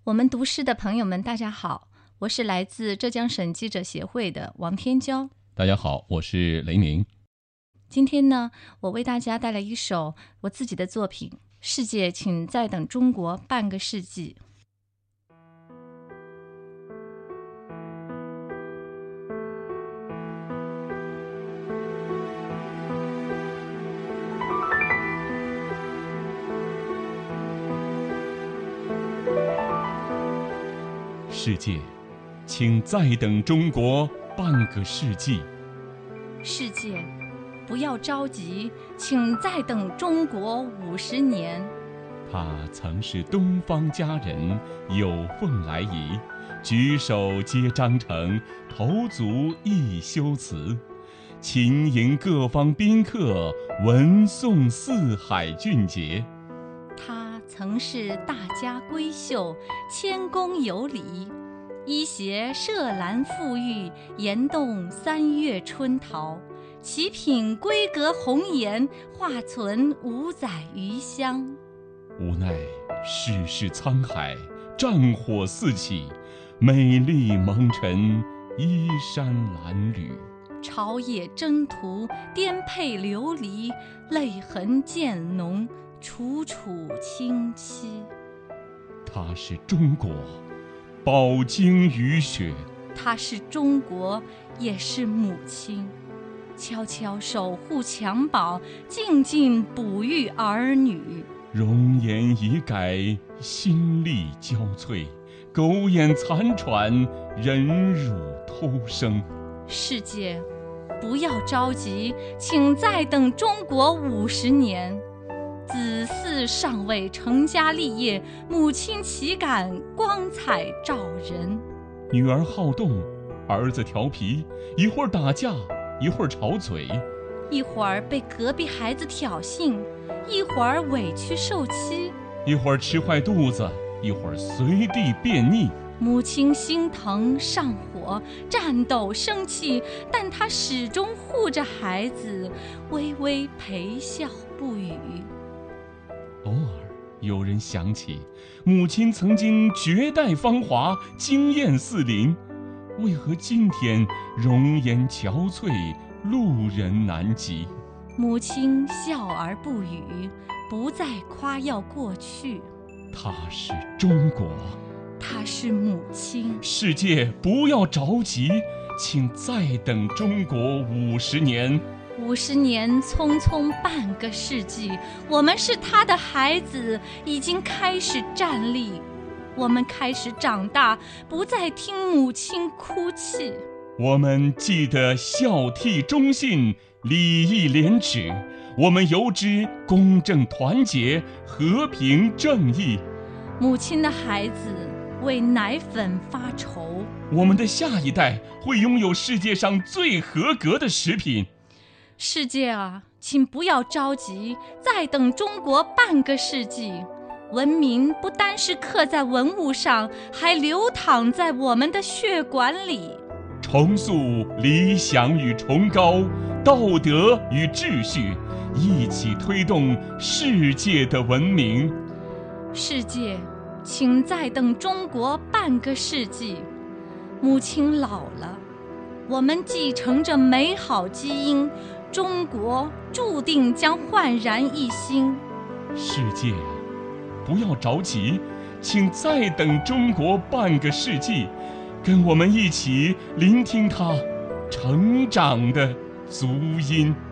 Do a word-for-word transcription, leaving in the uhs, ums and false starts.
我们读诗的朋友们，大家好，我是来自浙江省记者协会的王天娇。 大家好，我是雷鸣。 今天呢，我为大家带来一首我自己的作品《世界，请再等中国半个世纪》。 世界，请再等中国半个世纪。 世界，不要着急，请再等中国五十年。 他曾是东方佳人，有凤来仪，举手接章程，头足一修辞，秦迎各方宾客，闻颂四海俊杰。 他曾是大家闺秀，谦恭有礼，衣携麝兰馥郁，言动三月春桃，其品闺阁红颜，画存五载余香。 无奈世事沧海，战火四起，美丽蒙尘，衣衫褴褛。 朝野征途，颠沛流离，泪痕渐浓，楚楚清凄。 它是中国，饱经雨雪； 她是中国，也是母亲，悄悄守护襁褓，静静哺育儿女。 容颜已改，心力交瘁，苟延残喘，忍辱偷生。 世界，不要着急，请再等中国五十年。子嗣尚未成家立业，母亲岂敢光彩照人？ 女儿好动，儿子调皮，一会儿打架，一会儿吵嘴， 一会儿被隔壁孩子挑衅，一会儿委屈受欺， 一会儿吃坏肚子，一会儿随地便溺。 母亲心疼上火，战斗生气，但她始终护着孩子，微微陪笑不语。 偶尔有人想起，母亲曾经绝代芳华，惊艳四邻，为何今天容颜憔悴，路人难及？ 母亲笑而不语，不再夸耀过去。 她是中国， 她是母亲。 世界，不要着急，请再等中国五十年。 五十年匆匆半个世纪，我们是她的孩子，已经开始站立。我们开始长大，不再听母亲哭泣。 我们记得孝悌忠信，礼义廉耻，我们由之公正团结，和平正义。 母亲的孩子为奶粉发愁， 我们的下一代会拥有世界上最合格的食品。 世界啊，请不要着急，再等中国半个世纪。文明不单是刻在文物上，还流淌在我们的血管里。 重塑理想与崇高，道德与秩序，一起推动世界的文明。 世界，请再等中国半个世纪。母亲老了，我们继承着美好基因，中国注定将焕然一新。 世界啊，不要着急，请再等中国半个世纪，跟我们一起聆听它成长的足音。